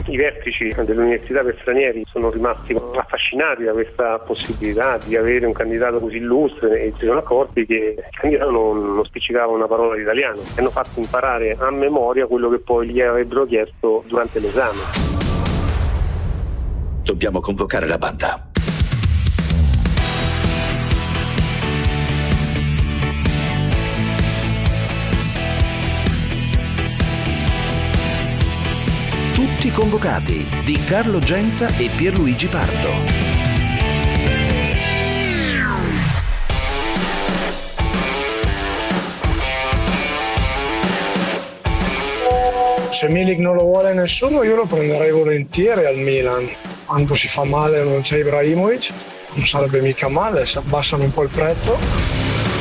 i vertici dell'università per stranieri sono rimasti affascinati da questa possibilità di avere un candidato così illustre e si sono accorti che il candidato non spiccicava una parola di italiano e hanno fatto imparare a memoria quello che poi gli avrebbero chiesto durante l'esame. Dobbiamo convocare la banda. Tutti convocati di Carlo Genta e Pierluigi Pardo. Se Milik non lo vuole nessuno, io lo prenderei volentieri al Milan. Quando si fa male non c'è Ibrahimovic, non sarebbe mica male se abbassano un po' il prezzo.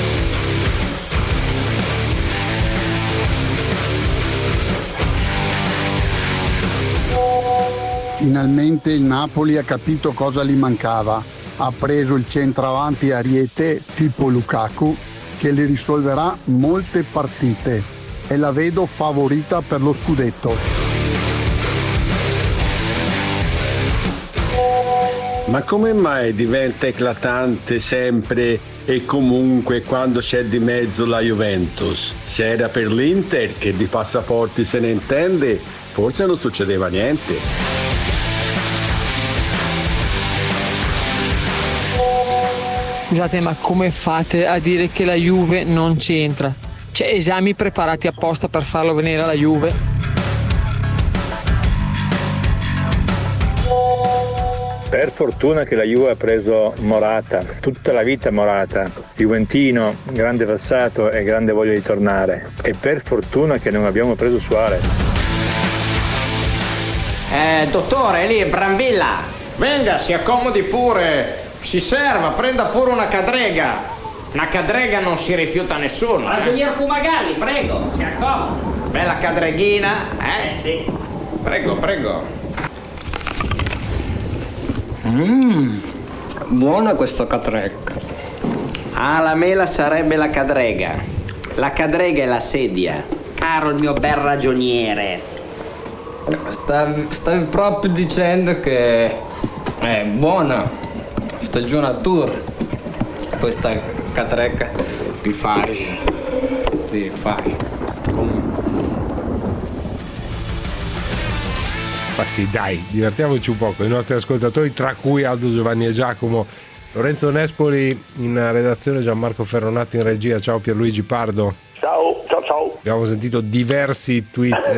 Finalmente il Napoli ha capito cosa gli mancava. Ha preso il centravanti ariete tipo Lukaku che le risolverà molte partite e la vedo favorita per lo scudetto. Ma come mai diventa eclatante sempre e comunque quando c'è di mezzo la Juventus? Se era per l'Inter, che di passaporti se ne intende, forse non succedeva niente. Scusate, ma come fate a dire che la Juve non c'entra? C'è esami preparati apposta per farlo venire alla Juve? Per fortuna che la Juve ha preso Morata, tutta la vita Morata, juventino, grande passato e grande voglia di tornare. E per fortuna che non abbiamo preso Suarez. Dottore, lì, Brambilla, venga, si accomodi pure. Si serva, prenda pure una cadrega. Una cadrega non si rifiuta nessuno. Ragionier Fumagalli, prego, si accomodi. Bella cadreghina, Sì. Prego. Buona questa cadrega. Ah, la mela sarebbe la cadrega. La cadrega è la sedia. Caro il mio bel ragioniere. Stavi proprio dicendo che è buona stagionatura questa catrecca ti fai. Ma sì, dai, divertiamoci un po' con i nostri ascoltatori, tra cui Aldo, Giovanni e Giacomo, Lorenzo Nespoli in redazione, Gianmarco Ferronato in regia. Ciao Pierluigi Pardo. Ciao. Abbiamo sentito diversi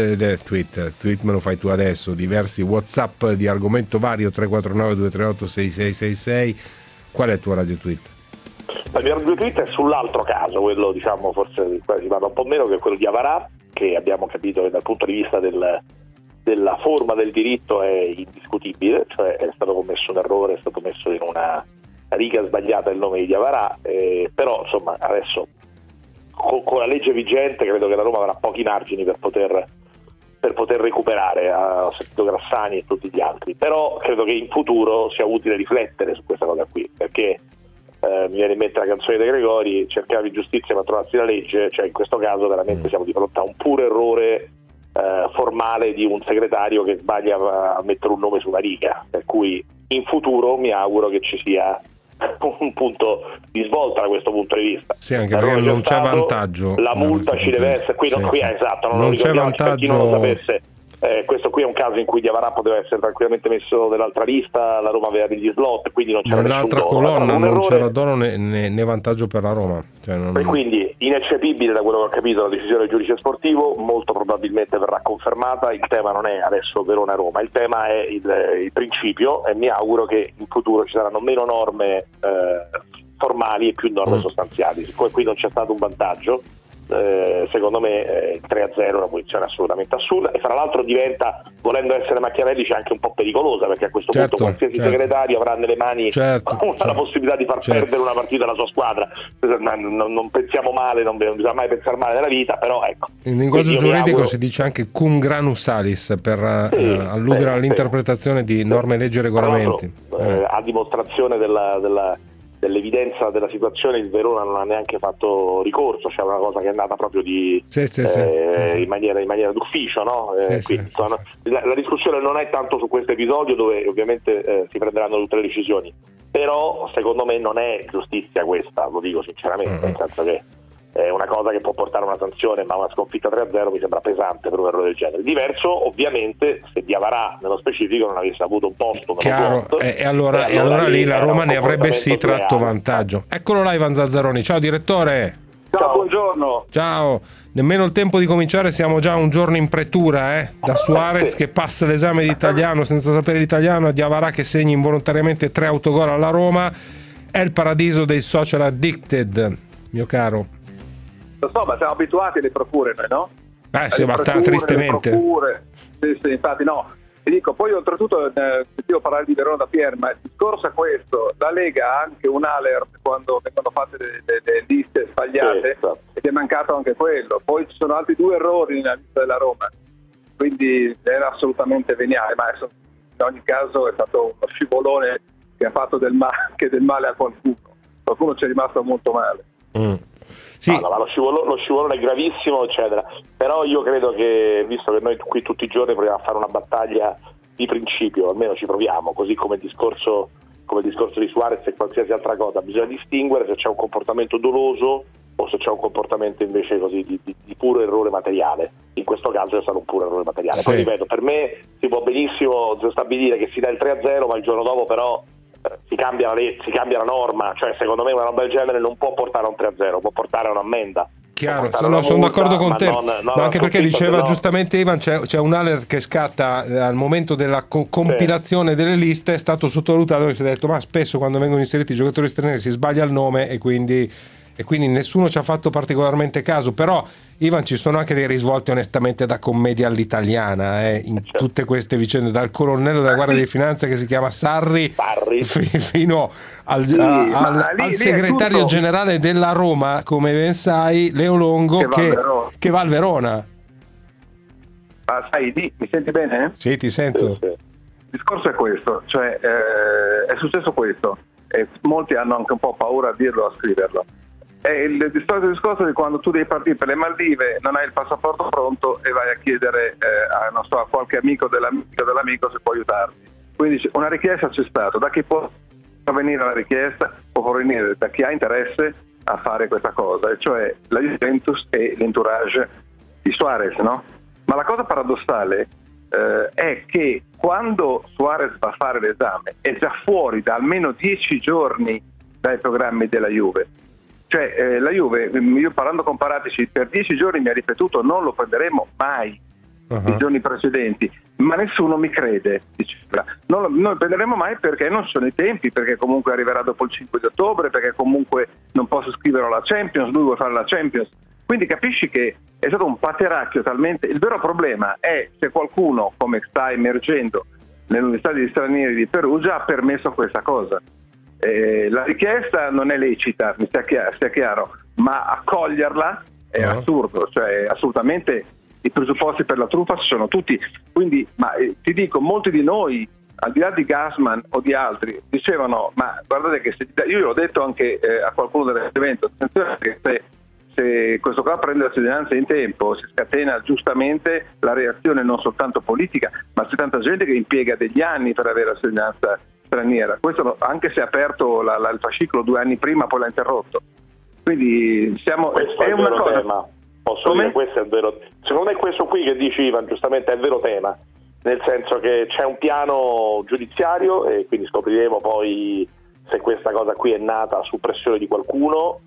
tweet me lo fai tu adesso, diversi WhatsApp di argomento vario, 349 238 6666. Qual è il tuo radio tweet? Il mio radio tweet è sull'altro caso, quello diciamo forse si parla un po' meno, che è quello di Avarà, che abbiamo capito che dal punto di vista della forma del diritto è indiscutibile, cioè è stato commesso un errore, è stato messo in una riga sbagliata il nome di Avarà, però insomma adesso con la legge vigente credo che la Roma avrà pochi margini per poter recuperare. Ho sentito Grassani e tutti gli altri, però credo che in futuro sia utile riflettere su questa cosa qui, perché mi viene in mente la canzone dei Gregori, cercavi giustizia ma trovassi la legge, cioè in questo caso veramente siamo di fronte a un puro errore formale di un segretario che sbaglia a mettere un nome su una riga, per cui in futuro mi auguro che ci sia un punto di svolta da questo punto di vista. Sì, anche perché non c'è vantaggio. La multa ci deve essere, qui esatto, non c'è vantaggio. Per chi non lo sapesse, questo qui è un caso in cui Diavarà poteva essere tranquillamente messo nell'altra lista, la Roma aveva degli slot, quindi non c'era nell'altra colonna, non c'era dono né vantaggio per la Roma, e quindi ineccepibile da quello che ho capito la decisione del giudice sportivo, molto probabilmente verrà confermata. Il tema non è adesso Verona-Roma, il tema è il principio, e mi auguro che in futuro ci saranno meno norme formali e più norme sostanziali. Siccome qui non c'è stato un vantaggio, secondo me il 3-0 è una posizione assolutamente assurda, e fra l'altro diventa, volendo essere machiavellici, anche un po' pericolosa, perché a questo punto qualsiasi segretario avrà nelle mani la possibilità di far perdere una partita alla sua squadra. Non pensiamo male, non bisogna mai pensare male nella vita, però ecco, in linguaggio giuridico si dice anche cum granus salis per alludere all'interpretazione di norme, leggi e regolamenti, a dimostrazione dell'evidenza della situazione il Verona non ha neanche fatto ricorso, cioè una cosa che è nata proprio in maniera d'ufficio, no? Quindi, la discussione non è tanto su questo episodio, dove ovviamente si prenderanno tutte le decisioni, però secondo me non è giustizia questa, lo dico sinceramente, nel senso che è una cosa che può portare a una sanzione, ma una sconfitta 3-0 mi sembra pesante per un errore del genere. Diverso ovviamente se Diavarà nello specifico non avesse avuto un posto chiaro, e allora lì la Roma ne avrebbe tratto vantaggio. Eccolo là Ivan Zazzaroni. Ciao direttore. Ciao, buongiorno. Ciao, nemmeno il tempo di cominciare, siamo già un giorno in pretura, da Suarez che passa l'esame di italiano senza sapere l'italiano, a Diavarà che segna involontariamente 3 autogol alla Roma. È il paradiso dei social addicted, mio caro. Lo so, ma siamo abituati alle procure, no? Sì, abbastanza tristemente. Sì, infatti no. Ti dico, poi oltretutto sentivo parlare di Verona da Pier, ma il discorso è questo: la Lega ha anche un alert quando vengono fatte delle liste sbagliate, ed è mancato anche quello. Poi ci sono altri 2 errori nella lista della Roma, quindi era assolutamente veniale, ma in ogni caso è stato uno scivolone che ha fatto del male a qualcuno ci è rimasto molto male. Sì. Ma lo scivolone è gravissimo, eccetera. Però io credo che, visto che noi qui tutti i giorni proviamo a fare una battaglia di principio, almeno ci proviamo, così come il discorso di Suarez e qualsiasi altra cosa, bisogna distinguere se c'è un comportamento doloso o se c'è un comportamento invece così di puro errore materiale. In questo caso è stato un puro errore materiale. Sì. Poi ripeto, per me si può benissimo stabilire che si dà il 3-0, ma il giorno dopo però si cambia la norma, cioè secondo me una roba del genere non può portare a un 3-0, può portare a un'ammenda. Chiaro, sono d'accordo con te, anche perché diceva giustamente Ivan, c'è un alert che scatta al momento della compilazione delle liste. È stato sottovalutato che si è detto, ma spesso quando vengono inseriti i giocatori stranieri si sbaglia il nome e quindi nessuno ci ha fatto particolarmente caso. Però Ivan, ci sono anche dei risvolti onestamente da commedia all'italiana in tutte queste vicende, dal colonnello della Guardia di Finanza che si chiama Sarri. Fino al segretario generale della Roma, come ben sai, Leo Longo, che va al Verona. Ma sai, mi senti bene? Sì, ti sento. Sì. Il discorso è questo, cioè è successo questo e molti hanno anche un po' paura a dirlo, a scriverlo. È il discorso di quando tu devi partire per le Maldive, non hai il passaporto pronto e vai a chiedere a qualche amico dell'amico se può aiutarti. Quindi una richiesta c'è stata, da chi può venire la richiesta? Può provenire da chi ha interesse a fare questa cosa, e cioè la Juventus e l'entourage di Suarez, no? Ma la cosa paradossale è che quando Suarez va a fare l'esame è già fuori da almeno 10 giorni dai programmi della Juve. Cioè la Juve, io parlando con Paratici, per 10 giorni mi ha ripetuto non lo prenderemo mai, i giorni precedenti, ma nessuno mi crede, diceva. Non lo prenderemo mai perché non sono i tempi, perché comunque arriverà dopo il 5 di ottobre, perché comunque non posso scrivere alla Champions, lui vuole fare la Champions. Quindi capisci che è stato un pateracchio talmente. Il vero problema è se qualcuno, come sta emergendo nell'Università degli Stranieri di Perugia, ha permesso questa cosa. La richiesta non è lecita, mi sia chiaro, ma accoglierla è assurdo, cioè assolutamente i presupposti per la truffa ci sono tutti. Quindi, ti dico, molti di noi, al di là di Gassman o di altri, dicevano, ma guardate che io l'ho detto anche a qualcuno dell'evento, attenzione che se questo qua prende la cittadinanza in tempo si scatena giustamente la reazione non soltanto politica, ma c'è tanta gente che impiega degli anni per avere la cittadinanza straniera. Questo anche se ha aperto il fascicolo 2 anni prima, poi l'ha interrotto. Quindi questo è una cosa. Tema. Posso dire, questo è il vero. Secondo me questo qui che dici Ivan giustamente è il vero tema, nel senso che c'è un piano giudiziario e quindi scopriremo poi se questa cosa qui è nata su pressione di qualcuno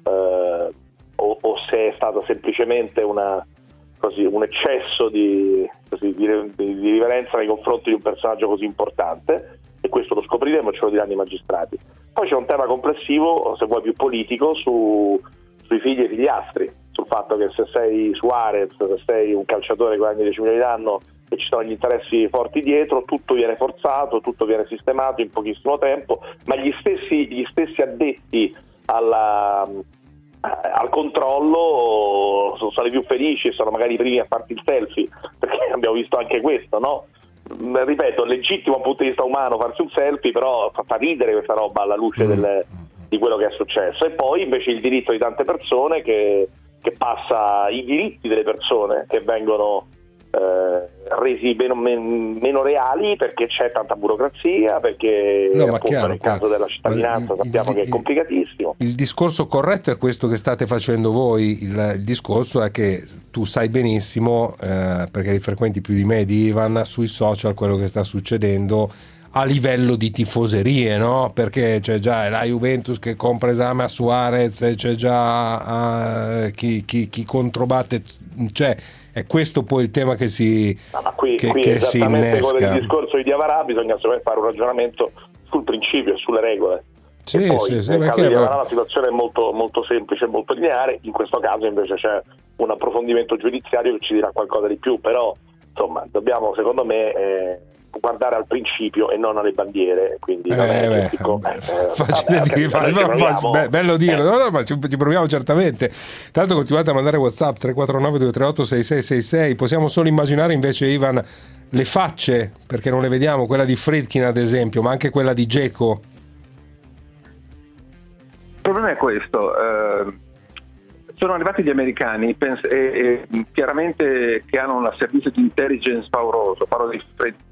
o se è stata semplicemente un eccesso di riverenza nei confronti di un personaggio così importante, e questo lo scopriremo e ce lo diranno i magistrati. Poi c'è un tema complessivo, se vuoi più politico, sui figli e figliastri, sul fatto che se sei Suarez, se sei un calciatore che guadagna 10 milioni l'anno e ci sono gli interessi forti dietro, tutto viene forzato, tutto viene sistemato in pochissimo tempo, ma gli stessi addetti al controllo sono i più felici e sono magari i primi a farti il selfie, perché abbiamo visto anche questo, no? Ripeto, legittimo dal punto di vista umano farsi un selfie, però fa ridere questa roba alla luce di quello che è successo. E poi invece il diritto di tante persone che passa, i diritti delle persone che vengono resi meno reali perché c'è tanta burocrazia, perché appunto nel caso della cittadinanza sappiamo che è complicatissimo. Il discorso corretto è questo che state facendo voi, il discorso è che tu sai benissimo, perché li frequenti più di me, di Ivan, sui social quello che sta succedendo a livello di tifoserie, no? Perché c'è già la Juventus che compra esame a Suarez, c'è già chi controbatte, cioè è questo poi il tema che si qui che si innesca. Con il discorso di Diawara bisogna fare un ragionamento sul principio e sulle regole. Sì, e poi sì, nel caso di Diawara la situazione è molto, molto semplice, molto lineare. In questo caso invece c'è un approfondimento giudiziario che ci dirà qualcosa di più, però insomma dobbiamo, secondo me, guardare al principio e non alle bandiere, quindi non è facile dire, bello dirlo, no, ma ci proviamo certamente. Tanto continuate a mandare WhatsApp 349 238 6666. Possiamo solo immaginare invece, Ivan, le facce, perché non le vediamo, quella di Friedkin ad esempio, ma anche quella di Dzeko. Il problema è questo, sono arrivati gli americani chiaramente che hanno un servizio di intelligence pauroso, parlo di Friedkin,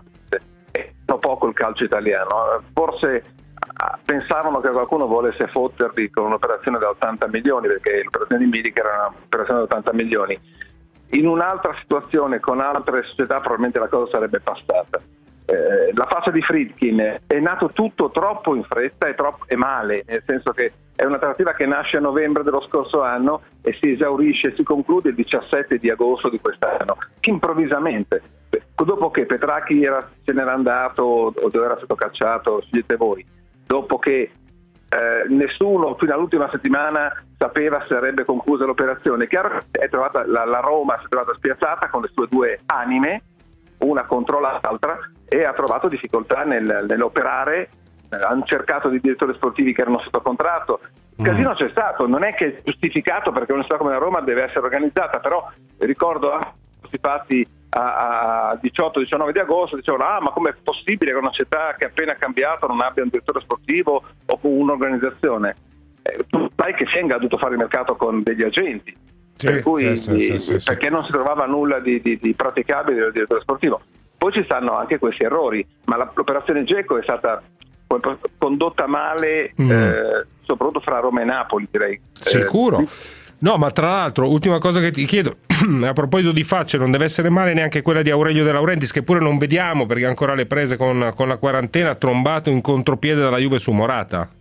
poco il calcio italiano, forse pensavano che qualcuno volesse fotterli con un'operazione da 80 milioni, perché l'operazione di Milik era un'operazione da 80 milioni. In un'altra situazione con altre società probabilmente la cosa sarebbe passata. La faccia di Friedkin è nato tutto troppo in fretta e male, nel senso che è una trattativa che nasce a novembre dello scorso anno e si esaurisce, si conclude il 17 di agosto di quest'anno, improvvisamente, dopo che Petracchi se n'era andato o era stato cacciato, scegliete voi, dopo che nessuno fino all'ultima settimana sapeva se sarebbe conclusa l'operazione. È chiaro che la Roma si è trovata spiazzata con le sue due anime, una contro l'altra, e ha trovato difficoltà nell'operare. Hanno cercato di direttori sportivi che erano sotto contratto. Il casino c'è stato, non è che è giustificato, perché una città come la Roma deve essere organizzata, però ricordo questi fatti a 18-19 di agosto dicevano ma com'è possibile che una città che è appena cambiato non abbia un direttore sportivo o con un'organizzazione? Tu sai che Schengen ha dovuto fare il mercato con degli agenti, per cui perché non si trovava nulla di praticabile del direttore sportivo. Poi ci stanno anche questi errori, ma l'operazione Dzeko è stata condotta male, soprattutto fra Roma e Napoli, direi. Sicuro. No, ma tra l'altro, ultima cosa che ti chiedo, a proposito di facce, non deve essere male neanche quella di Aurelio De Laurentiis, che pure non vediamo perché ancora le prese con la quarantena, trombato in contropiede dalla Juve su Morata.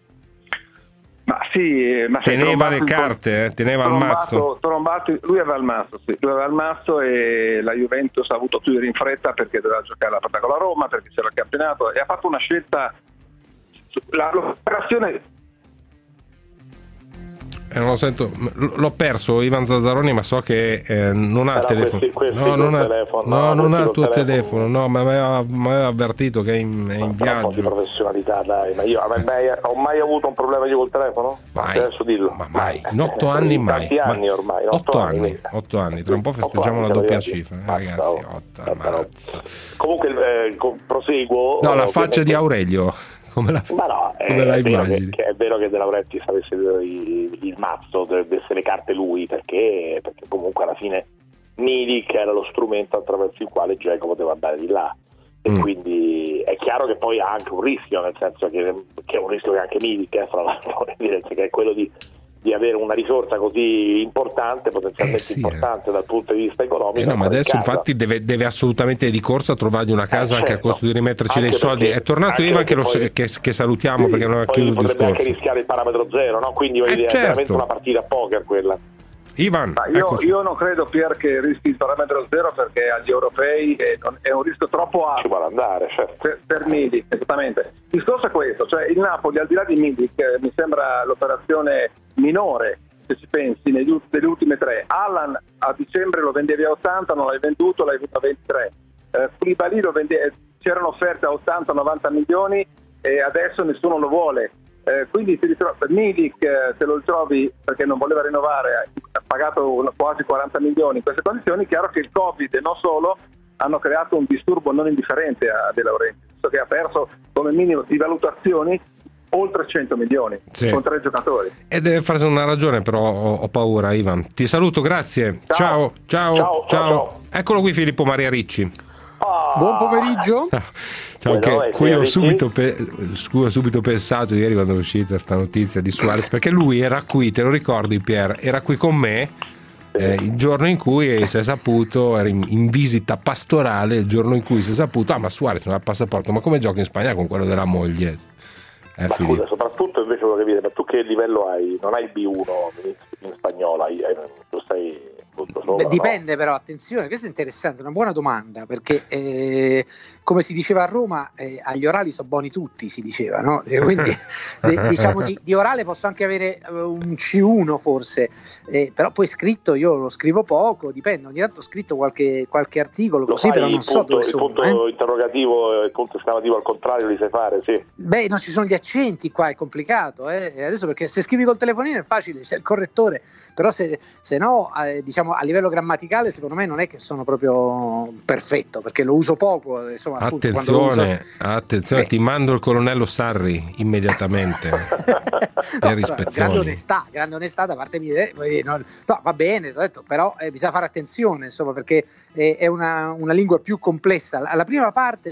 Ma sì, ma teneva le carte, teneva il mazzo. Lui aveva il mazzo, e la Juventus ha avuto chiudere in fretta perché doveva giocare la partita con la Roma, perché c'era il campionato, e ha fatto una scelta. L'operazione. Non lo sento, l'ho perso Ivan Zazzaroni, ma so che non ha il telefono. Non ha il tuo telefono, no, ma mi aveva avvertito che è in viaggio. Di professionalità, dai, ma io ho mai avuto un problema io col telefono? Mai. Adesso dillo. Ma mai, in 8 anni mai. Tanti anni ormai. 8 anni, tra un po' festeggiamo la doppia cifra, ragazzi. 8, ammazza. Comunque proseguo. No, la faccia di Aurelio. Come la immagini? È vero che De Laurentiis avesse il mazzo, dovrebbe essere le carte lui, perché comunque alla fine Milik era lo strumento attraverso il quale Dzeko poteva andare di là, e quindi è chiaro che poi ha anche un rischio, nel senso che è un rischio che anche Milik fra l'altro, che è quello di avere una risorsa così importante, potenzialmente importante dal punto di vista economico. No, ma adesso infatti deve assolutamente di corsa trovargli una casa, anche a costo di rimetterci dei soldi. È tornato Ivan che salutiamo, perché non ha chiuso il discorso. Potrebbe anche rischiare il parametro zero, no? Quindi è veramente una partita a poker quella. Ivan, io non credo, Pier, che rischi il parametro zero, perché agli europei è un rischio troppo alto. Ci vuole andare, certo. Per Milik, esattamente. Il discorso è questo, cioè il Napoli, al di là di Milik, mi sembra l'operazione minore, se ci pensi, delle ultime tre. Allan a dicembre lo vendevi a 80, non l'hai venduto, l'hai venduto a 23. Koulibaly c'erano offerte a 80-90 milioni e adesso nessuno lo vuole. Quindi Milik, se lo ritrovi perché non voleva rinnovare, ha pagato quasi 40 milioni in queste condizioni. Chiaro che il Covid e non solo hanno creato un disturbo non indifferente a De Laurentiis, che ha perso come minimo di valutazioni oltre 100 milioni con 3 giocatori. E deve farsi una ragione, però ho paura, Ivan. Ti saluto, grazie. Ciao. Eccolo qui Filippo Maria Ricci. Buon pomeriggio. Ciao, qui ho subito pensato ieri quando è uscita sta notizia di Suarez, perché lui era qui, te lo ricordi Pier? Era qui con me il giorno in cui si è saputo, era in visita pastorale, il giorno in cui si è saputo, ma Suarez non ha il passaporto, ma come gioca in Spagna con quello della moglie? Scusa, soprattutto invece voglio capire, ma tu che livello hai? Non hai il B1 in spagnolo, tu stai molto sopra? Dipende, però attenzione, questo è interessante, una buona domanda, perché come si diceva a Roma, agli orali sono buoni tutti, si diceva, no? Quindi diciamo di orale posso anche avere un C1 forse, però poi scritto io lo scrivo poco, dipende, ogni tanto ho scritto qualche articolo lo così, fai, però non so dove sono. Il punto interrogativo e il punto esclamativo al contrario li sai fare, sì. Beh, non ci sono gli accenti qua, è complicato, adesso, perché se scrivi col telefonino è facile, c'è il correttore, però se no, diciamo a livello grammaticale secondo me non è che sono proprio perfetto, perché lo uso poco, insomma. Attenzione, ti mando il colonnello Sarri immediatamente. Grande onestà da parte mia, no, va bene, l'ho detto, però bisogna fare attenzione, insomma, perché è una lingua più complessa. La prima parte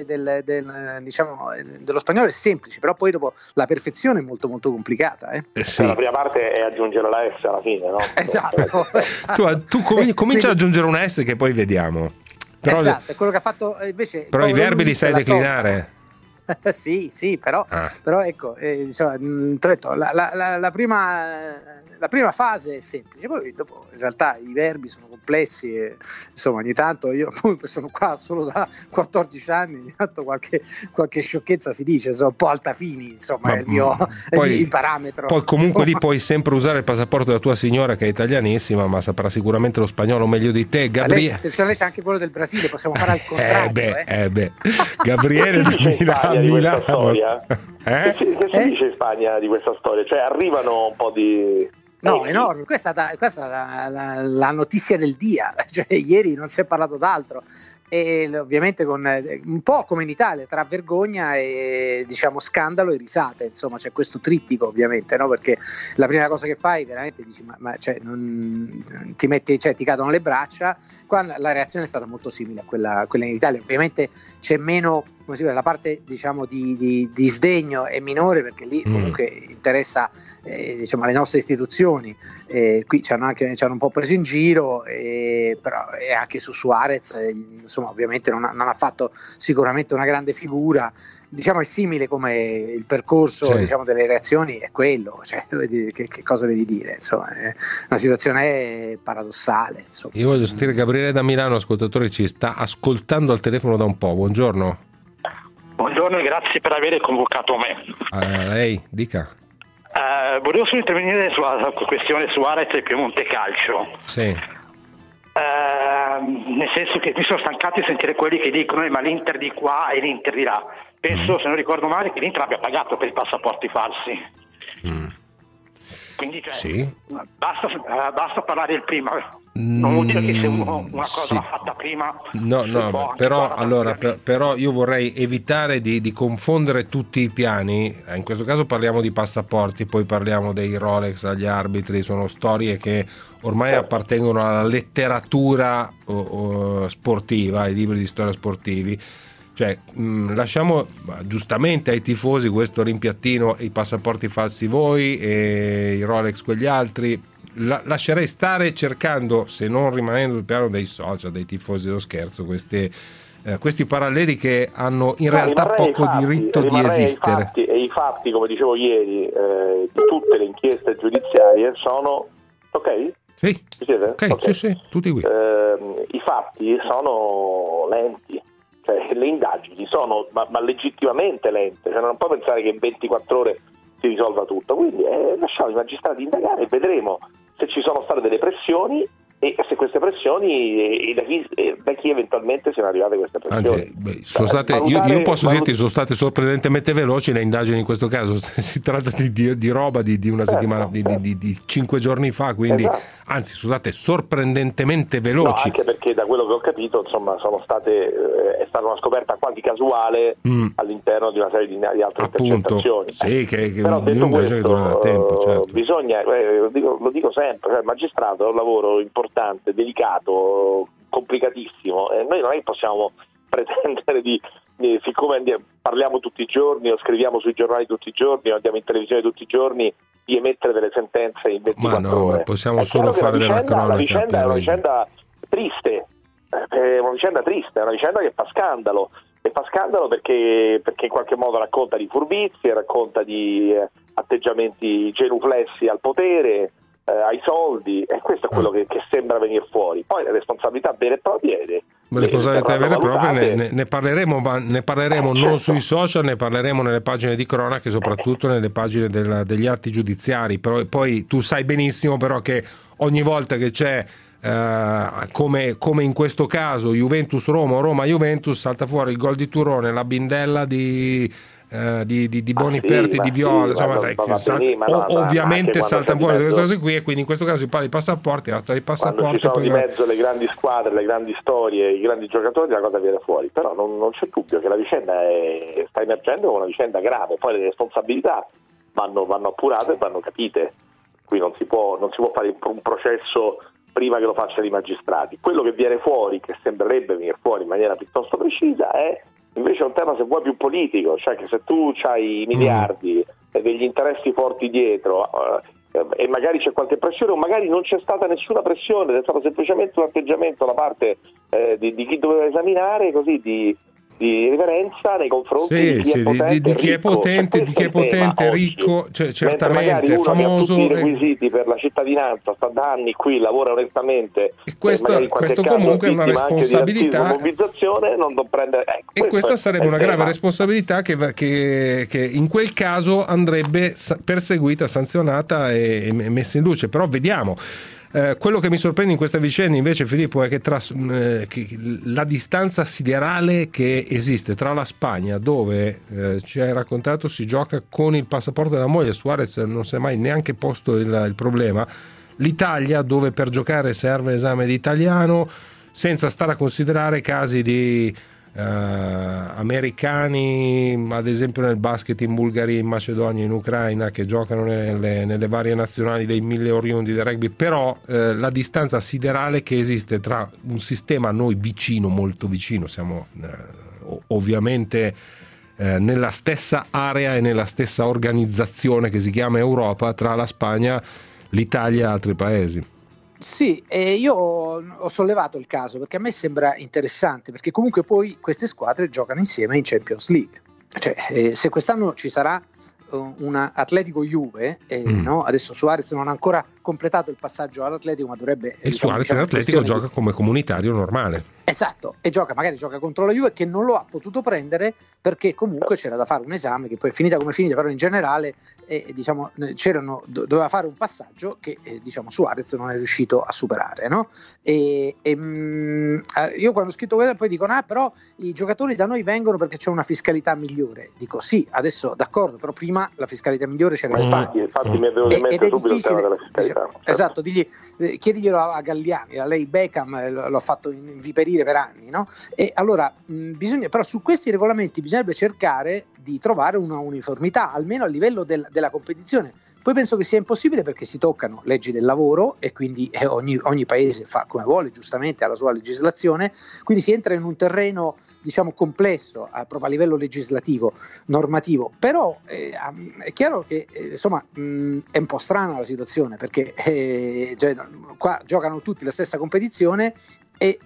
dello spagnolo è semplice, però poi dopo la perfezione è molto molto complicata. Sì. La prima parte è aggiungere la S alla fine, no? Esatto. Tu comincia ad aggiungere una S che poi vediamo. Però, esatto, è quello che ha fatto invece. Però i verbi li sai declinare? Sì, però ecco, detto, la prima fase è semplice, poi dopo in realtà i verbi sono complessi e insomma ogni tanto io sono qua solo da 14 anni, ogni tanto qualche sciocchezza si dice, sono un po' Altafini, insomma, è il parametro. Poi comunque lì puoi sempre usare il passaporto della tua signora che è italianissima, ma saprà sicuramente lo spagnolo meglio di te. Gabriele, lei c'è anche quello del Brasile, possiamo fare al contrario. Gabriele da Milano. Storia? Che si dice in Spagna di questa storia? Cioè arrivano un po' di... No, enorme, questa è la notizia del dia, cioè ieri non si è parlato d'altro, e ovviamente con un po' come in Italia, tra vergogna e diciamo scandalo e risate, insomma c'è questo trittico ovviamente, no? Perché la prima cosa che fai veramente dici cioè, non, ti metti, cioè, ti cadono le braccia. Qua la reazione è stata molto simile a quella in Italia, ovviamente c'è meno, come si vede, la parte diciamo di sdegno è minore, perché lì comunque interessa diciamo alle nostre istituzioni, qui ci hanno un po' preso in giro, però anche su Suarez insomma ovviamente non ha fatto sicuramente una grande figura, diciamo è simile come il percorso diciamo delle reazioni è quello, cioè che cosa devi dire, insomma è una situazione paradossale, insomma. Io voglio sentire Gabriele da Milano, ascoltatore, ci sta ascoltando al telefono da un po'. Buongiorno e grazie per aver convocato me. Lei dica. Volevo solo intervenire sulla questione Suarez e Piemonte Calcio. Sì. Nel senso che mi sono stancato di sentire quelli che dicono ma l'Inter di qua e l'Inter di là. Penso, se non ricordo male, che l'Inter abbia pagato per i passaporti falsi. Quindi sì. Basta parlare del prima. Non vuol dire che se una cosa l'ha fatta prima. No, però io vorrei evitare di confondere tutti i piani. In questo caso parliamo di passaporti, poi parliamo dei Rolex agli arbitri, sono storie che ormai appartengono alla letteratura sportiva, ai libri di storia sportivi. Cioè, lasciamo giustamente ai tifosi questo rimpiattino, i passaporti falsi voi e i Rolex quegli altri. Lascerei stare, cercando, se non rimanendo sul piano dei social, dei tifosi dello scherzo, questi paralleli che hanno in realtà poco diritto di esistere. I fatti, come dicevo ieri, di tutte le inchieste giudiziarie sono ok? Sì. Ci siete? Okay. Sì, tutti qui. I fatti sono lenti. Cioè, le indagini sono ma legittimamente lente, cioè, non puoi pensare che in 24 ore si risolva tutto, quindi lasciamo i magistrati indagare e vedremo se ci sono state delle pressioni e se queste pressioni da chi eventualmente siano arrivate queste pressioni. Anzi, io posso dirti, sono state sorprendentemente veloci le indagini in questo caso. Si tratta di roba di una settimana, di 5 giorni fa, quindi anzi sono state sorprendentemente veloci. No, anche perché da quello che ho capito, insomma, è stata una scoperta quasi casuale all'interno di una serie di altre intercettazioni. Sì, che però detto questo, che dura da tempo, certo. Bisogna, lo dico sempre, cioè, il magistrato è un lavoro importante, delicato, complicatissimo, e noi non è che possiamo pretendere siccome parliamo tutti i giorni o scriviamo sui giornali tutti i giorni o andiamo in televisione tutti i ma di emettere delle sentenze in 24 ore. Ma possiamo solo fare della cronaca. La vicenda è una vicenda triste, è una vicenda che fa scandalo. E fa scandalo perché in qualche modo racconta di furbizie, racconta di atteggiamenti genuflessi al potere, ai soldi, e questo è quello che sembra venire fuori. Poi le responsabilità vere e proprie ne parleremo non sui social, ne parleremo nelle pagine di cronaca e soprattutto nelle pagine degli atti giudiziari. Poi tu sai benissimo però che ogni volta che c'è come in questo caso Juventus-Roma o Roma-Juventus, salta fuori il gol di Turrone, la bindella di Boniperti, di Viola, ovviamente saltano fuori queste cose qui, e quindi in questo caso si parla di passaporti, la storia di passaporti, quando ci sono di mezzo le grandi squadre, le grandi storie, i grandi giocatori, la cosa viene fuori. Però non c'è dubbio che la vicenda sta emergendo come una vicenda grave, poi le responsabilità vanno appurate e vanno capite. Qui non si può fare un processo prima che lo facciano i magistrati. Quello che viene fuori, che sembrerebbe venire fuori in maniera piuttosto precisa, è invece un tema, se vuoi, più politico, cioè che se tu hai miliardi e degli interessi forti dietro e magari c'è qualche pressione, o magari non c'è stata nessuna pressione, è stato semplicemente un atteggiamento da parte di chi doveva esaminare, così di riverenza nei confronti di chi è potente, ricco, cioè, certamente famoso, ha tutti i requisiti per la cittadinanza, sta da anni qui, lavora onestamente, e questo comunque è una responsabilità, non prende, e questa sarebbe una grave responsabilità che in quel caso andrebbe perseguita, sanzionata e messa in luce. Però vediamo. Quello che mi sorprende in questa vicenda invece, Filippo, è che la distanza siderale che esiste tra la Spagna, dove ci hai raccontato si gioca con il passaporto della moglie, Suarez non si è mai neanche posto il problema, l'Italia, dove per giocare serve l'esame di italiano, senza stare a considerare casi di americani, ad esempio nel basket in Bulgaria, in Macedonia, in Ucraina, che giocano nelle varie nazionali dei 1000 oriundi del rugby. Però la distanza siderale che esiste tra un sistema a noi vicino, molto vicino, siamo ovviamente nella stessa area e nella stessa organizzazione che si chiama Europa, tra la Spagna, l'Italia e altri paesi. Sì, io ho sollevato il caso perché a me sembra interessante, perché comunque poi queste squadre giocano insieme in Champions League. Cioè, se quest'anno ci sarà una Atletico Juve, no? Adesso Suarez non ha ancora completato il passaggio all'Atletico, ma dovrebbe, e Suarez all'Atletico gioca come comunitario normale. Esatto, e magari gioca contro la Juve, che non lo ha potuto prendere perché comunque c'era da fare un esame, che poi è finita come finita, però in generale doveva fare un passaggio che Suarez non è riuscito a superare, no? Io quando ho scritto questo poi dicono però i giocatori da noi vengono perché c'è una fiscalità migliore. Dico sì, adesso d'accordo, però prima la fiscalità migliore c'era in Spagna. Infatti mi è venuto in mente subito il tema della fiscalità. Esatto, chiediglielo a Galliani, lei Beckham l'ha fatto inviperire per anni, no? E allora però su questi regolamenti bisognerebbe cercare di trovare una uniformità, almeno a livello della competizione. Poi penso che sia impossibile perché si toccano leggi del lavoro e quindi ogni paese fa come vuole, giustamente ha la sua legislazione, quindi si entra in un terreno complesso proprio a livello legislativo, normativo. Però è chiaro che è un po' strana la situazione, perché qua giocano tutti la stessa competizione e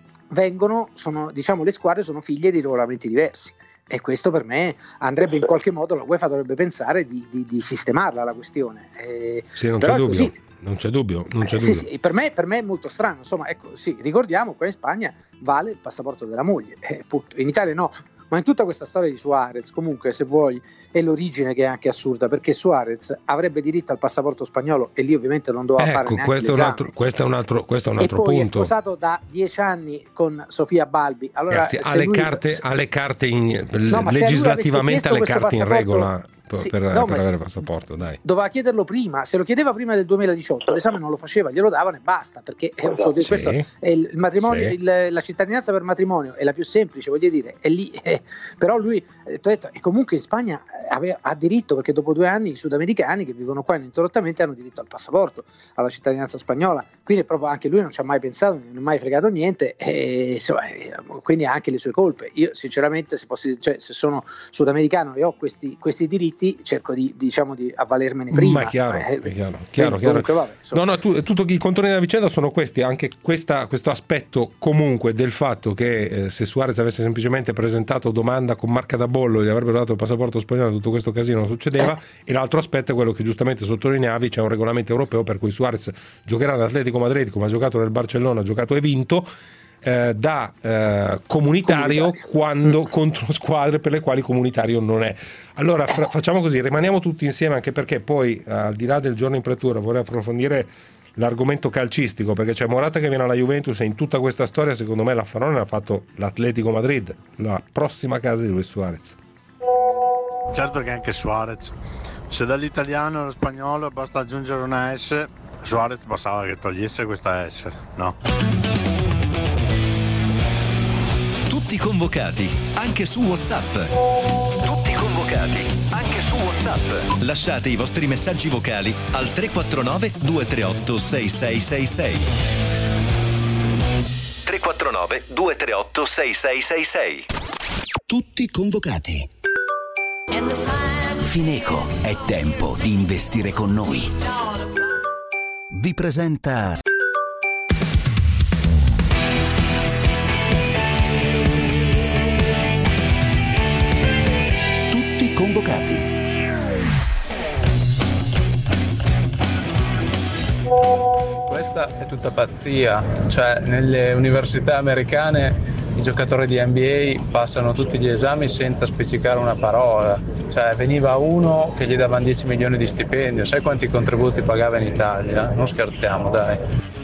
le squadre sono figlie di regolamenti diversi, e questo per me andrebbe in qualche modo, la UEFA dovrebbe pensare di sistemarla la questione. Sì, non c'è dubbio. Non c'è dubbio. Sì, per me è molto strano. Ricordiamo che in Spagna vale il passaporto della moglie, in Italia no. Ma in tutta questa storia di Suarez, comunque, se vuoi, è l'origine che è anche assurda, perché Suarez avrebbe diritto al passaporto spagnolo e lì ovviamente non doveva fare neanche l'esame. Questo è un altro e poi punto. È sposato da 10 anni con Sofia Balbi. Allora, ragazzi, ha le carte legislativamente ha le carte in regola. Per avere il passaporto, dai. Doveva chiederlo prima, se lo chiedeva prima del 2018 l'esame non lo faceva, glielo davano e basta, perché questo è il matrimonio, la cittadinanza per matrimonio è la più semplice, voglio dire, è lì, però lui ha detto, e comunque in Spagna ha diritto, perché dopo 2 anni i sudamericani che vivono qua ininterrottamente hanno diritto al passaporto, alla cittadinanza spagnola, quindi proprio anche lui non ci ha mai pensato, non ha mai fregato niente, e insomma, quindi ha anche le sue colpe. Io sinceramente se sono sudamericano e ho questi diritti, cerco di avvalermene prima. Ma è chiaro. Comunque, vabbè, tutto i contorni della vicenda sono questi, anche questo aspetto comunque del fatto che se Suarez avesse semplicemente presentato domanda con marca da bollo gli avrebbero dato il passaporto spagnolo, tutto questo casino non succedeva, e l'altro aspetto è quello che giustamente sottolineavi, c'è un regolamento europeo per cui Suarez giocherà all'Atletico Madrid come ha giocato nel Barcellona, ha giocato e vinto da comunitario quando contro squadre per le quali comunitario non è. Allora facciamo così, rimaniamo tutti insieme, anche perché poi al di là del giorno in pretura vorrei approfondire l'argomento calcistico, perché c'è Morata che viene alla Juventus e in tutta questa storia secondo me l'affarone l'ha fatto l'Atletico Madrid, la prossima casa di Luis Suarez. Certo che anche Suarez, se dall'italiano allo spagnolo basta aggiungere una S, Suarez bastava che togliesse questa S, no? Tutti convocati, anche su WhatsApp. Tutti convocati, anche su WhatsApp. Lasciate i vostri messaggi vocali al 349 238 6666. 349 238 6666. Tutti convocati. Fineco, è tempo di investire con noi. Vi presenta convocati. Questa è tutta pazzia, cioè nelle università americane i giocatori di NBA passano tutti gli esami senza spiccicare una parola, cioè veniva uno che gli davano 10 milioni di stipendio, sai quanti contributi pagava in Italia? Non scherziamo, dai.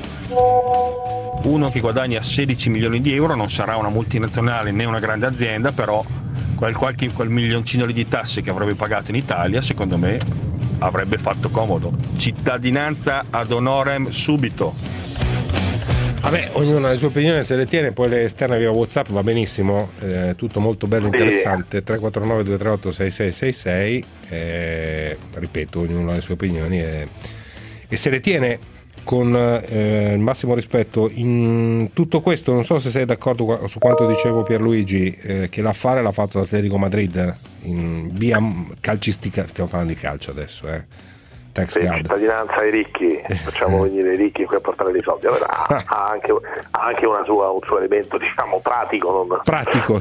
Uno che guadagna 16 milioni di euro non sarà una multinazionale né una grande azienda, però quel milioncino lì di tasse che avrebbe pagato in Italia, secondo me avrebbe fatto comodo. Cittadinanza ad honorem subito. Vabbè, ognuno ha le sue opinioni, se le tiene, poi le esterne via WhatsApp va benissimo, tutto molto bello, interessante. 349 238 6666, ripeto, ognuno ha le sue opinioni e se le tiene con il massimo rispetto. In tutto questo non so se sei d'accordo su quanto dicevo Pierluigi, che l'affare l'ha fatto l'Atletico Madrid in via calcistica, stiamo parlando di calcio adesso, cittadinanza ai ricchi, facciamo venire i ricchi qui a portare dei soldi. Allora, ha anche un suo elemento, diciamo, pratico, non pratico,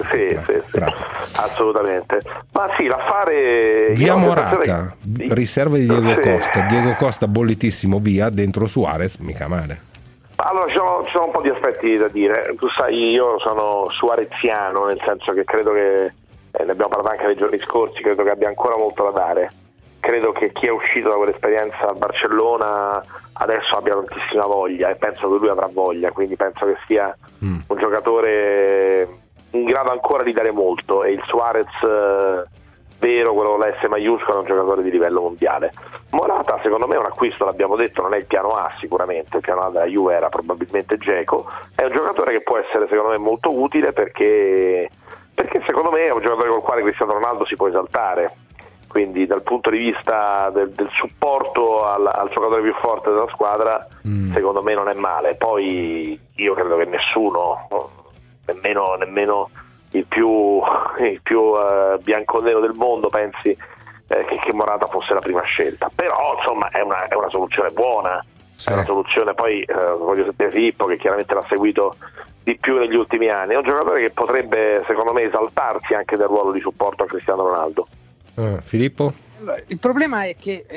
assolutamente. Ma sì, l'affare via Morata, riserva di Diego Costa bollitissimo, via, dentro Suarez, mica male. Allora ci sono un po' di aspetti da dire. Tu sai, io sono suareziano, nel senso che credo che ne abbiamo parlato anche nei giorni scorsi, credo che abbia ancora molto da dare. Credo che chi è uscito da quell'esperienza a Barcellona adesso abbia tantissima voglia e penso che lui avrà voglia, quindi penso che sia un giocatore in grado ancora di dare molto, e il Suarez vero, quello con la S maiuscola, è un giocatore di livello mondiale. Morata secondo me è un acquisto, l'abbiamo detto, non è il piano A sicuramente, il piano A della Juve era probabilmente Dzeko, è un giocatore che può essere secondo me molto utile perché secondo me è un giocatore col quale Cristiano Ronaldo si può esaltare. Quindi dal punto di vista del supporto al giocatore più forte della squadra, secondo me non è male. Poi io credo che nessuno, nemmeno il più bianconero del mondo pensi che Morata fosse la prima scelta. Però insomma è una soluzione buona, è una soluzione. Poi voglio sentire Filippo, che chiaramente l'ha seguito di più negli ultimi anni. È un giocatore che potrebbe secondo me esaltarsi anche del ruolo di supporto a Cristiano Ronaldo. Filippo? Il problema è che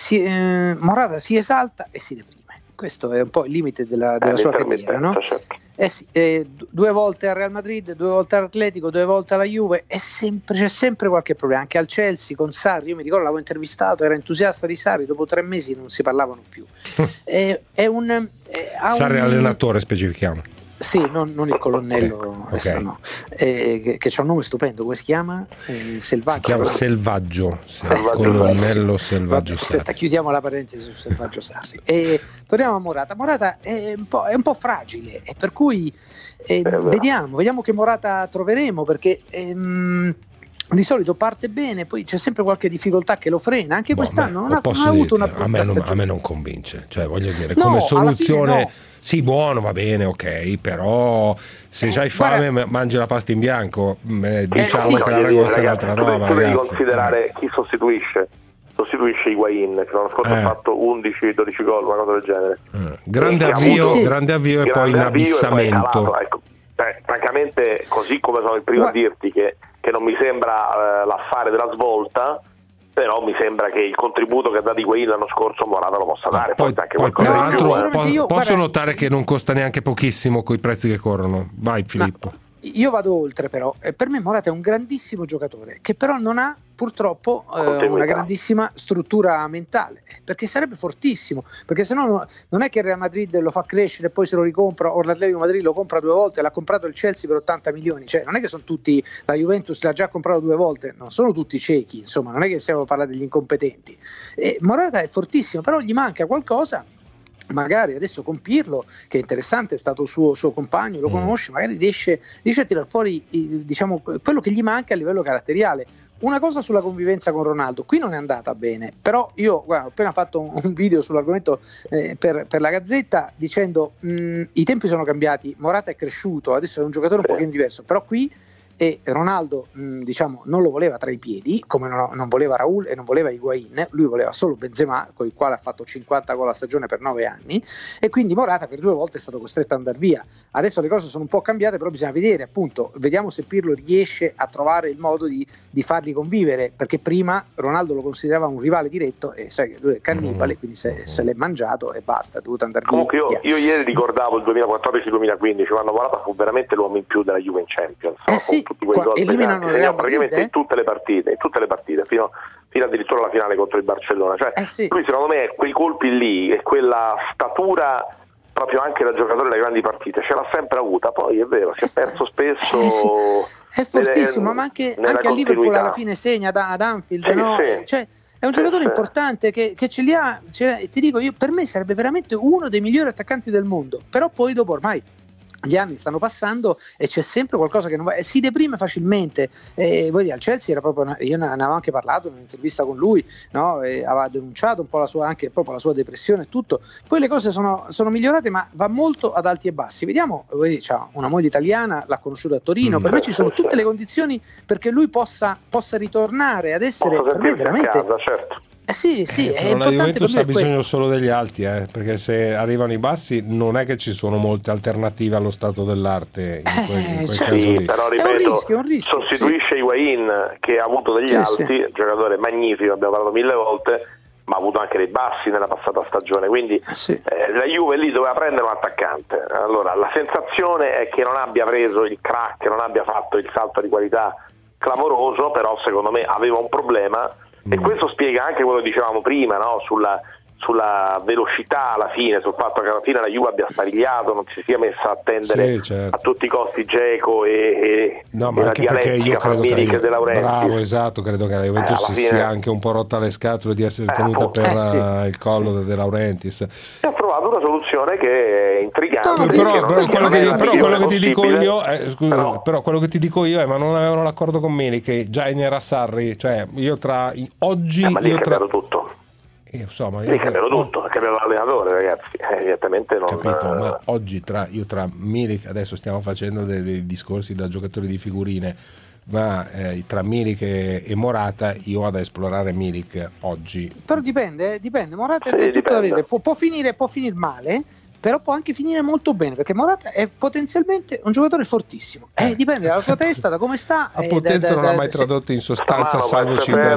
Morata si esalta e si deprime. Questo è un po' il limite della sua carriera, no? Sì, 2 volte al Real Madrid, 2 volte all'Atletico, 2 volte alla Juve, c'è sempre qualche problema. Anche al Chelsea con Sarri, io mi ricordo l'avevo intervistato, era entusiasta di Sarri, dopo 3 mesi non si parlavano più. Sarri allenatore, specifichiamo. Sì, non il colonnello, okay. No. Che c'ha un nome stupendo, come si chiama? Selvaggio. Si chiama Selvaggio, colonnello Selvaggio Sarri. Aspetta, chiudiamo la parentesi su Selvaggio Sarri. Torniamo a Morata. Morata è un po' fragile, e per cui vediamo che Morata troveremo, perché di solito parte bene, poi c'è sempre qualche difficoltà che lo frena. Anche quest'anno non ha avuto una brutta stagione. A me non convince, cioè voglio dire, come soluzione sì, buono, va bene, ok, però se c'hai fame mangi la pasta in bianco, diciamo che la ragosta è un'altra roba. Tu devi considerare chi sostituisce Higuain, che l'anno scorso ha fatto 11-12 gol, una cosa del genere. Grande avvio e poi inabissamento. Ecco. Francamente, così come sono il primo a dirti che non mi sembra l'affare della svolta, però mi sembra che il contributo che ha dato Higuain l'anno scorso Morata lo possa dare. Poi tra l'altro posso notare che non costa neanche pochissimo coi prezzi che corrono. Vai Filippo. Io vado oltre, però per me Morata è un grandissimo giocatore, che però non ha purtroppo una grandissima struttura mentale, perché sarebbe fortissimo, perché se no non è che il Real Madrid lo fa crescere e poi se lo ricompra, o l'Atletico Madrid lo compra 2 volte, l'ha comprato il Chelsea per 80 milioni, cioè non è che sono tutti, la Juventus l'ha già comprato 2 volte, non sono tutti ciechi, insomma, non è che stiamo parlando degli incompetenti. Morata è fortissimo, però gli manca qualcosa. Magari adesso con Pirlo, che è interessante, è stato suo compagno, lo conosce, magari riesce a tirare fuori diciamo quello che gli manca a livello caratteriale. Una cosa sulla convivenza con Ronaldo, qui non è andata bene, però io ho appena fatto un video sull'argomento per la Gazzetta dicendo i tempi sono cambiati, Morata è cresciuto, adesso è un giocatore un pochino diverso, però qui Ronaldo diciamo non lo voleva tra i piedi, come non voleva Raul e non voleva Higuain, lui voleva solo Benzema, con il quale ha fatto 50 gol a stagione per 9 anni, e quindi Morata per 2 volte è stato costretto ad andare via. Adesso le cose sono un po' cambiate, però bisogna vedere, appunto, vediamo se Pirlo riesce a trovare il modo di farli convivere, perché prima Ronaldo lo considerava un rivale diretto e sai che lui è cannibale, quindi se l'è mangiato e basta, è dovuto andare via. Comunque io ieri ricordavo il 2014-2015, quando Morata fu veramente l'uomo in più della Juve in Champions. Sì, tutti quei gol eliminano praticamente in tutte le partite fino addirittura alla finale contro il Barcellona, cioè lui secondo me quei colpi lì e quella statura proprio anche da giocatore delle grandi partite ce l'ha sempre avuta, poi è vero si è perso spesso è fortissimo, ma anche a Liverpool alla fine segna ad Anfield, no? Cioè è un giocatore importante che ce li ha, ti dico io, per me sarebbe veramente uno dei migliori attaccanti del mondo, però poi dopo ormai gli anni stanno passando e c'è sempre qualcosa che non va, si deprime facilmente. Vuoi dire, al Chelsea era proprio io ne avevo anche parlato in un'intervista con lui, no? Aveva denunciato un po' anche proprio la sua depressione e tutto. Poi le cose sono migliorate, ma va molto ad alti e bassi. Vediamo, c'ha una moglie italiana, l'ha conosciuto a Torino, per me ci sono tutte le condizioni perché lui possa ritornare ad essere per me veramente casa, certo. Sì, è però la Juventus ha bisogno solo degli alti, perché se arrivano i bassi non è che ci sono molte alternative allo stato dell'arte in quel caso lì. Però ripeto, è un rischio, sostituisce Higuain che ha avuto degli alti, giocatore magnifico, abbiamo parlato 1000 volte, ma ha avuto anche dei bassi nella passata stagione, quindi la Juve lì doveva prendere un attaccante. Allora la sensazione è che non abbia preso il crack, non abbia fatto il salto di qualità clamoroso, però secondo me aveva un problema. E questo spiega anche quello che dicevamo prima, no? sulla velocità alla fine, sul fatto che alla fine la Juve abbia sparigliato, non si sia messa a attendere a tutti i costi Dzeko e ma anche perché io credo che De Laurentiis. Credo che la Juventus sia anche un po' rotta le scatole di essere tenuta per il collo De Laurentiis. E ha trovato una soluzione che è intrigante. Però quello che ti dico io però quello che ti dico io è ma non avevano l'accordo con Milik, già era Sarri, cioè io tra oggi ma lì è cambiato tutto. Lì cambiano tutto, ha cambiato l'allenatore, ragazzi, evidentemente non capito, ma oggi tra Milik, adesso stiamo facendo dei discorsi da giocatori di figurine, ma tra Milik e Morata io vado a esplorare Milik oggi. Però dipende, Morata è tutto da vedere, può finire male, però può anche finire molto bene, perché Morata è potenzialmente un giocatore fortissimo, dipende dalla sua testa, da come sta. La potenza non ha mai tradotto in sostanza, salvo 5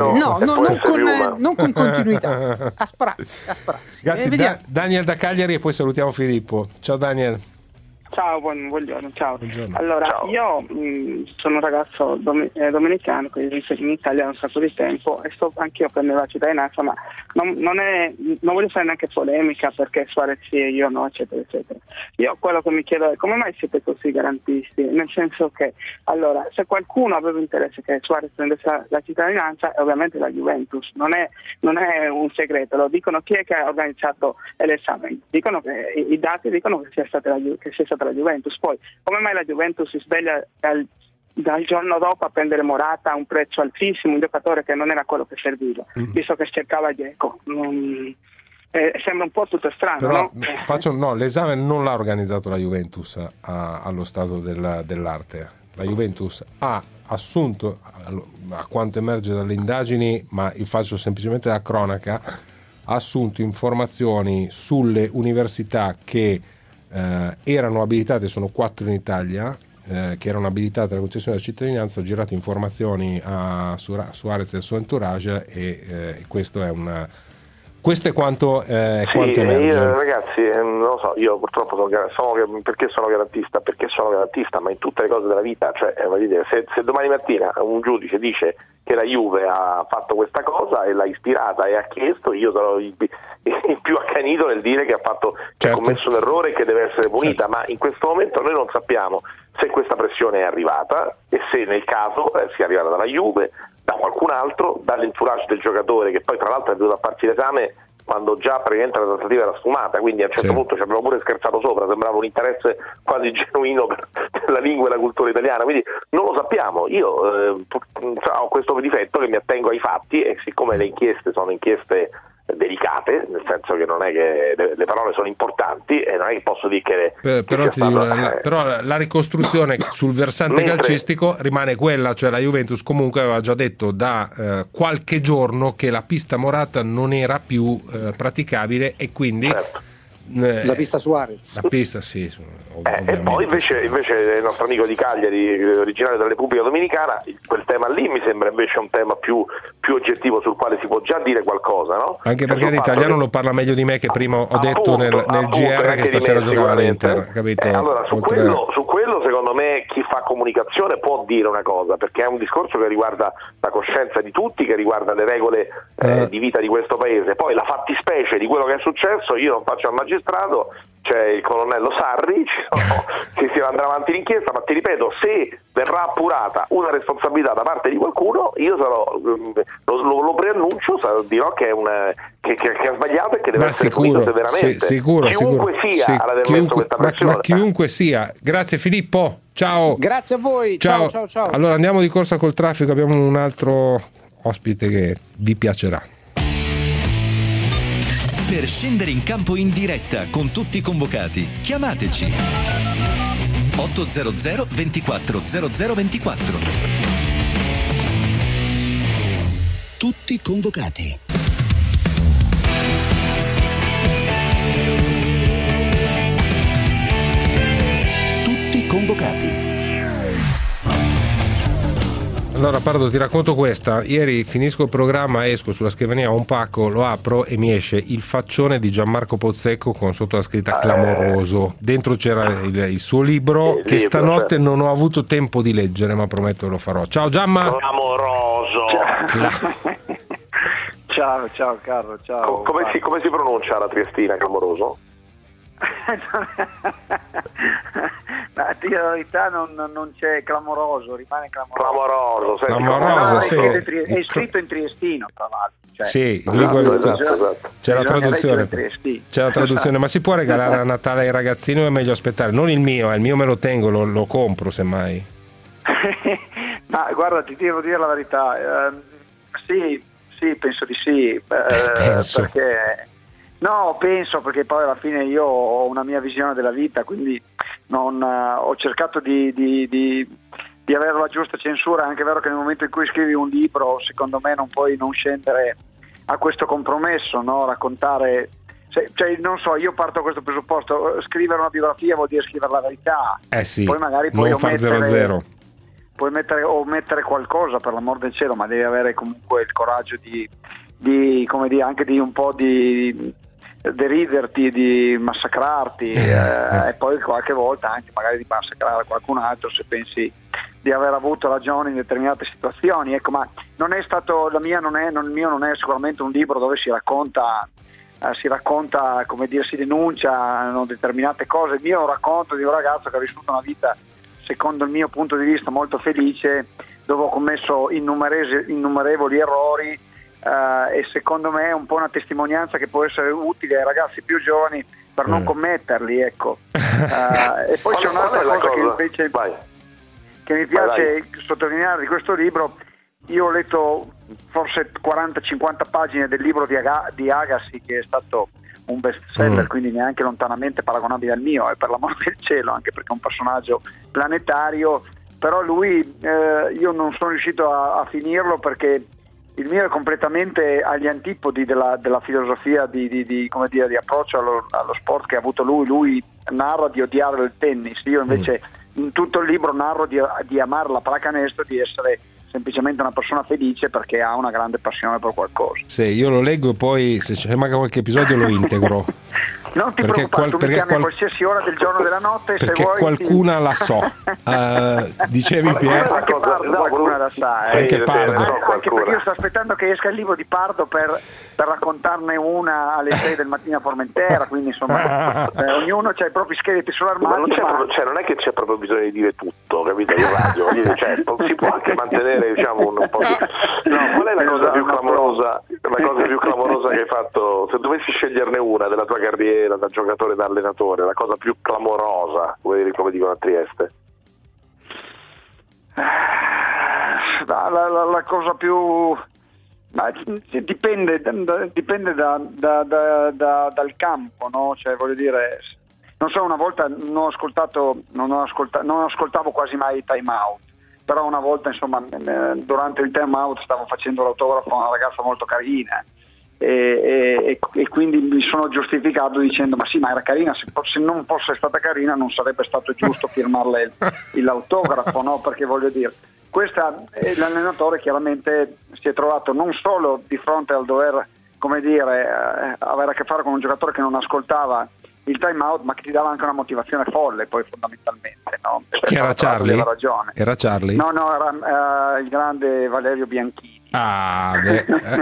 non con continuità, a sprazzi. Grazie Daniel da Cagliari, e poi salutiamo Filippo. Ciao Daniel. Ciao, buongiorno, ciao. Buongiorno. Allora, Ciao. io sono un ragazzo dominicano che vive in Italia da un sacco di tempo e sto anch'io prendendo la cittadinanza, ma non voglio fare neanche polemica perché Suarez sì e io no, eccetera, eccetera. Io quello che mi chiedo è come mai siete così garantisti? Nel senso che, allora, se qualcuno aveva interesse che Suarez prendesse la cittadinanza, è ovviamente la Juventus, non è un segreto, lo dicono chi è che ha organizzato l'esame, dicono che i dati dicono che sia stata la Juventus. Poi come mai la Juventus si sveglia dal giorno dopo a prendere Morata a un prezzo altissimo, un giocatore che non era quello che serviva, visto che cercava Dzeko? Sembra un po' tutto strano. Però no? l'esame non l'ha organizzato la Juventus allo stato dell'arte. La Juventus ha assunto, a quanto emerge dalle indagini, ma io faccio semplicemente la cronaca, ha assunto informazioni sulle università che erano abilitate, sono 4 in Italia, che erano abilitate alla concessione della cittadinanza. Ho girato informazioni a Suarez e al suo entourage e questo è quanto emerge. Ragazzi, non lo so, io purtroppo perché sono garantista, ma in tutte le cose della vita, cioè voglio dire, se domani mattina un giudice dice che la Juve ha fatto questa cosa e l'ha ispirata e ha chiesto, io sarò il più accanito nel dire che ha commesso un errore e che deve essere punita, certo. Ma in questo momento noi non sappiamo se questa pressione è arrivata e se nel caso sia arrivata dalla Juve, da qualcun altro, dall'entourage del giocatore, che poi tra l'altro è venuto a farci l'esame quando già praticamente la trattativa era sfumata, quindi a un certo punto ci abbiamo pure scherzato sopra, sembrava un interesse quasi genuino per la lingua e la cultura italiana, quindi non lo sappiamo. Io ho questo difetto che mi attengo ai fatti e siccome le inchieste sono inchieste delicate, nel senso che non è che le parole sono importanti e non è che posso dire che però la ricostruzione sul versante calcistico rimane quella, cioè la Juventus comunque aveva già detto da qualche giorno che la pista Morata non era più praticabile e quindi la pista Suarez. La pista sì. E poi invece il nostro amico di Cagliari, originario della Repubblica Dominicana, quel tema lì mi sembra invece un tema più oggettivo sul quale si può già dire qualcosa, no? Anche perché l'italiano lo parla meglio di me, che prima ho detto nel GR che stasera giocava l'Inter, capito? Allora su quello secondo me chi fa comunicazione può dire una cosa, perché è un discorso che riguarda la coscienza di tutti, che riguarda le regole di vita di questo paese. Poi la fattispecie di quello che è successo io non faccio al magistrato, c'è il colonnello Sarri, che si andrà avanti l'inchiesta, ma ti ripeto, se verrà appurata una responsabilità da parte di qualcuno, io lo preannuncio, dirò che ha sbagliato e che deve essere punito severamente. Chiunque sia ad aver messo questa pressione. Ma chiunque sia. Grazie Filippo, ciao. Grazie a voi, ciao. Allora andiamo di corsa col traffico, abbiamo un altro ospite che vi piacerà. Per scendere in campo in diretta con tutti i convocati, chiamateci 800 24 0024. Tutti convocati. Tutti convocati. Allora Pardo, ti racconto questa. Ieri finisco il programma, esco sulla scrivania, ho un pacco, lo apro e mi esce il faccione di Gianmarco Pozzecco con sotto la scritta clamoroso. Dentro c'era il suo libro che stanotte non ho avuto tempo di leggere, ma prometto che lo farò. Ciao Gianma. Clamoroso. Ciao Carlo, ciao. Come si pronuncia la triestina, clamoroso? Ma dire la verità non c'è clamoroso, rimane clamoroso. Sì. È scritto in triestino, tra l'altro. Sì, esatto. C'è la traduzione. C'è la traduzione, ma si può regalare a Natale ai ragazzini o è meglio aspettare? Non il mio me lo tengo, lo compro semmai. Ma guarda, ti devo dire la verità, sì, penso di sì, perché penso perché poi alla fine io ho una mia visione della vita, quindi ho cercato di avere la giusta censura. È anche vero che nel momento in cui scrivi un libro, secondo me non puoi non scendere a questo compromesso, no? Raccontare, non so, io parto da questo presupposto: scrivere una biografia vuol dire scrivere la verità. Sì, poi magari non far 0-0. Puoi mettere qualcosa, per l'amor del cielo, ma devi avere comunque il coraggio di come dire, anche di un po' di deriderti, di massacrarti e poi qualche volta anche magari di massacrare qualcun altro se pensi di aver avuto ragione in determinate situazioni. Ecco, ma non è stato, il mio non è sicuramente un libro dove si racconta, come dire, si denunciano determinate cose. Il mio racconto di un ragazzo che ha vissuto una vita, secondo il mio punto di vista, molto felice, dove ho commesso innumerevoli errori, e secondo me è un po' una testimonianza che può essere utile ai ragazzi più giovani per non commetterli, ecco. E poi c'è un'altra cosa che invece che mi piace sottolineare di questo libro. Io ho letto forse 40-50 pagine del libro di Agassi, che è stato un best seller, quindi neanche lontanamente paragonabile al mio, e per l'amor del cielo, anche perché è un personaggio planetario, però lui io non sono riuscito a finirlo perché il mio è completamente agli antipodi della filosofia di approccio allo sport che ha avuto lui narra di odiare il tennis, io invece in tutto il libro narro di amare la pallacanestro, di essere semplicemente una persona felice perché ha una grande passione per qualcosa. Sì, io lo leggo e poi se c'è manca qualche episodio lo integro. Non ti preoccupare, tu mi chiami a qualsiasi ora del giorno e della notte, perché se vuoi qualcuna la so. Dicevi Pier? Anche Pardo qualcuna la sa. Anche Pardo. Anche perché io sto aspettando che esca il libro di Pardo per raccontarne una alle 6 del mattino a Formentera, quindi insomma ognuno ha i propri scheletri sull'armadio. Non è che c'è proprio bisogno di dire tutto, capito? In radio, cioè, si può anche mantenere, diciamo, un po' di... No, qual è la cosa più clamorosa? La cosa più clamorosa che hai fatto, se dovessi sceglierne una della tua carriera da giocatore, da allenatore, la cosa più clamorosa, come dicono a Trieste? La cosa più... dipende dal campo, no? Cioè, voglio dire, non so, una volta non ascoltavo quasi mai i time out, però una volta, insomma, durante il time out stavo facendo l'autografo a una ragazza molto carina e quindi mi sono giustificato dicendo ma sì, ma era carina, se non fosse stata carina non sarebbe stato giusto firmarle l'autografo, no? Perché voglio dire, l'allenatore chiaramente si è trovato non solo di fronte al dover, come dire, avere a che fare con un giocatore che non ascoltava il time out, ma che ti dava anche una motivazione folle, poi fondamentalmente, no? Chi era Charlie? Aveva ragione. Era Charlie? No, era il grande Valerio Bianchini. Ah, beh.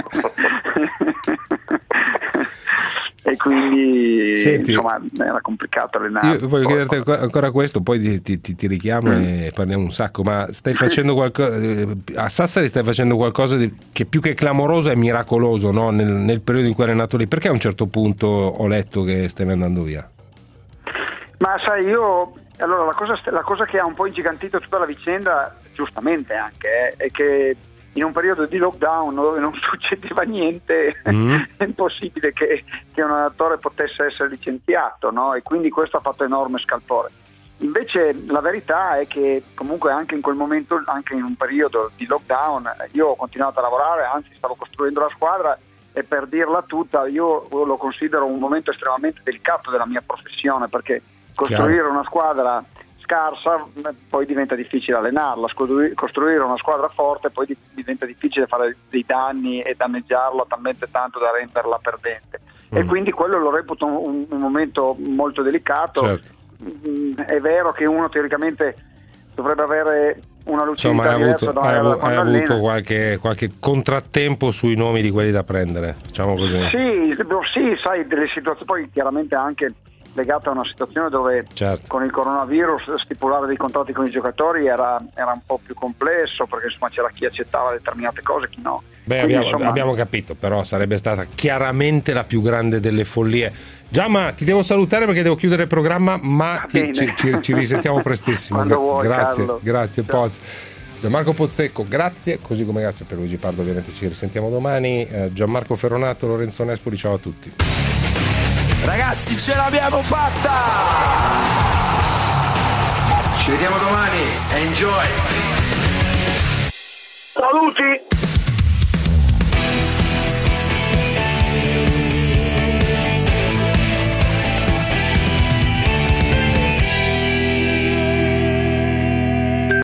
E quindi senti, insomma era complicato allenare. Io voglio chiederti ancora questo, poi ti richiamo e parliamo un sacco, ma stai facendo qualcosa a Sassari, stai facendo qualcosa che più che clamoroso è miracoloso, no? Nel periodo in cui eri nato lì, perché a un certo punto ho letto che stavi andando via? Ma sai, allora la cosa che ha un po' ingigantito tutta la vicenda, giustamente anche, è che in un periodo di lockdown dove non succedeva niente, è impossibile che un allenatore potesse essere licenziato, no? E quindi questo ha fatto enorme scalpore. Invece la verità è che comunque anche in quel momento, anche in un periodo di lockdown, io ho continuato a lavorare, anzi stavo costruendo la squadra, e per dirla tutta io lo considero un momento estremamente delicato della mia professione, perché costruire una squadra scarsa poi diventa difficile allenarla, costruire una squadra forte poi diventa difficile fare dei danni e danneggiarla talmente tanto da renderla perdente, e quindi quello lo reputo un momento molto delicato. Certo. È vero che uno teoricamente dovrebbe avere una lucidità diversa hai avuto qualche contrattempo sui nomi di quelli da prendere, diciamo così. Sì, sai, delle situazioni poi chiaramente anche legata a una situazione dove con il coronavirus stipulare dei contratti con i giocatori era un po' più complesso, perché insomma c'era chi accettava determinate cose, chi no. Beh, abbiamo capito, però sarebbe stata chiaramente la più grande delle follie. Giamma, ti devo salutare perché devo chiudere il programma, ma ci risentiamo prestissimo. Vuoi, grazie Poz. Gianmarco Pozzecco, grazie, così come grazie per Luigi Pardo, ovviamente ci risentiamo domani. Gianmarco Ferronato, Lorenzo Nespoli, ciao a tutti. Ragazzi, ce l'abbiamo fatta! Ci vediamo domani. Enjoy! Saluti!